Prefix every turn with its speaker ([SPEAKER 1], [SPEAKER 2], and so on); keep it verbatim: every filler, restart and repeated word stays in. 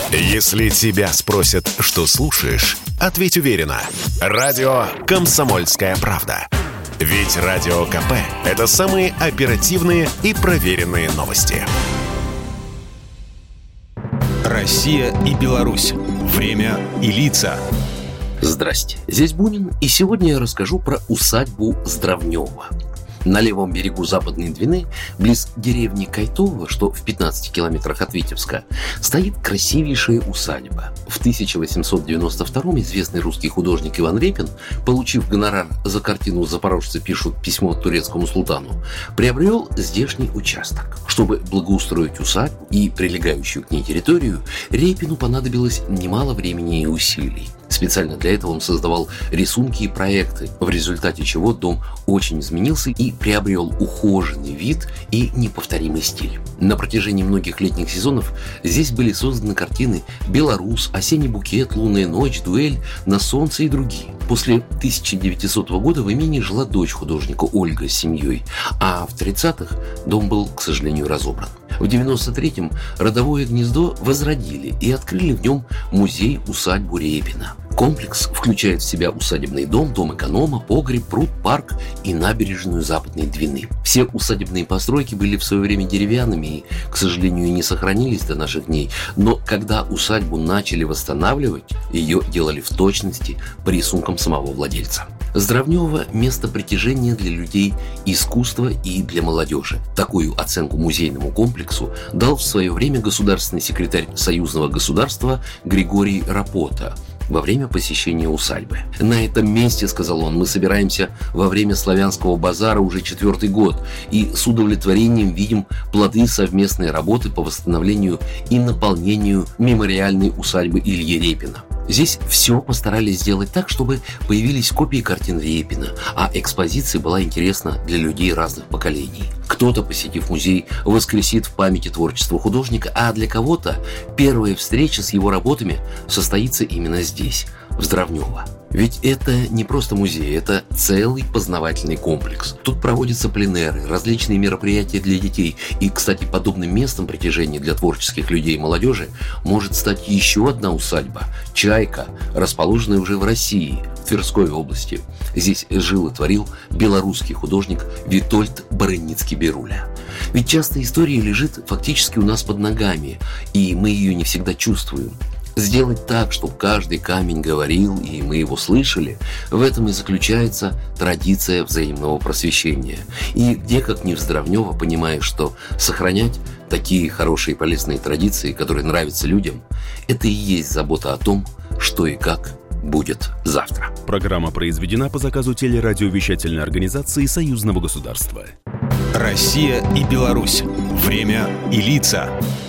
[SPEAKER 1] Если тебя спросят, что слушаешь, ответь уверенно. Радио «Комсомольская правда». Ведь Радио КП – это самые оперативные и проверенные новости.
[SPEAKER 2] Россия и Беларусь. Время и лица.
[SPEAKER 3] Здрасте, здесь Бунин, и сегодня я расскажу про усадьбу Здравнева. На левом берегу Западной Двины, близ деревни Кайтово, что в пятнадцати километрах от Витебска, стоит красивейшая усадьба. В тысяча восемьсот девяносто втором известный русский художник Иван Репин, получив гонорар за картину «Запорожцы пишут письмо турецкому султану», приобрел здешний участок. Чтобы благоустроить усадьбу и прилегающую к ней территорию, Репину понадобилось немало времени и усилий. Специально для этого он создавал рисунки и проекты, в результате чего дом очень изменился и приобрел ухоженный вид и неповторимый стиль. На протяжении многих летних сезонов здесь были созданы картины «Беларус», «Осенний букет», «Лунная ночь», «Дуэль», «На солнце» и другие. После тысяча девятисотого года в имении жила дочь художника Ольга с семьей, а в тридцатых дом был, к сожалению, разобран. В девяносто третьем родовое гнездо возродили и открыли в нем музей-усадьбу Репина. Комплекс включает в себя усадебный дом, дом эконома, погреб, пруд, парк и набережную Западной Двины. Все усадебные постройки были в свое время деревянными и, к сожалению, не сохранились до наших дней. Но когда усадьбу начали восстанавливать, ее делали в точности по рисункам самого владельца. Здравнево – место притяжения для людей искусства и для молодежи. Такую оценку музейному комплексу дал в свое время государственный секретарь Союзного государства Григорий Рапота во время посещения усадьбы. «На этом месте, — сказал он, — мы собираемся во время славянского базара уже четвертый год и с удовлетворением видим плоды совместной работы по восстановлению и наполнению мемориальной усадьбы Ильи Репина. Здесь все постарались сделать так, чтобы появились копии картин Репина, а экспозиция была интересна для людей разных поколений. Кто-то, посетив музей, воскресит в памяти творчество художника, а для кого-то первая встреча с его работами состоится именно здесь, в Здравнево. Ведь это не просто музей, это целый познавательный комплекс. Тут проводятся пленэры, различные мероприятия для детей. И, кстати, подобным местом притяжения для творческих людей и молодежи может стать еще одна усадьба – «Чайка», расположенная уже в России, в Тверской области. Здесь жил и творил белорусский художник Витольд Бараницкий-Беруля. Ведь часто история лежит фактически у нас под ногами, и мы ее не всегда чувствуем. Сделать так, чтобы каждый камень говорил, и мы его слышали, в этом и заключается традиция взаимного просвещения. И где, как ни в Здравнево, понимаешь, что сохранять такие хорошие и полезные традиции, которые нравятся людям, это и есть забота о том, что и как будет завтра.
[SPEAKER 2] Программа произведена по заказу телерадиовещательной организации Союзного государства. Россия и Беларусь. Время и лица.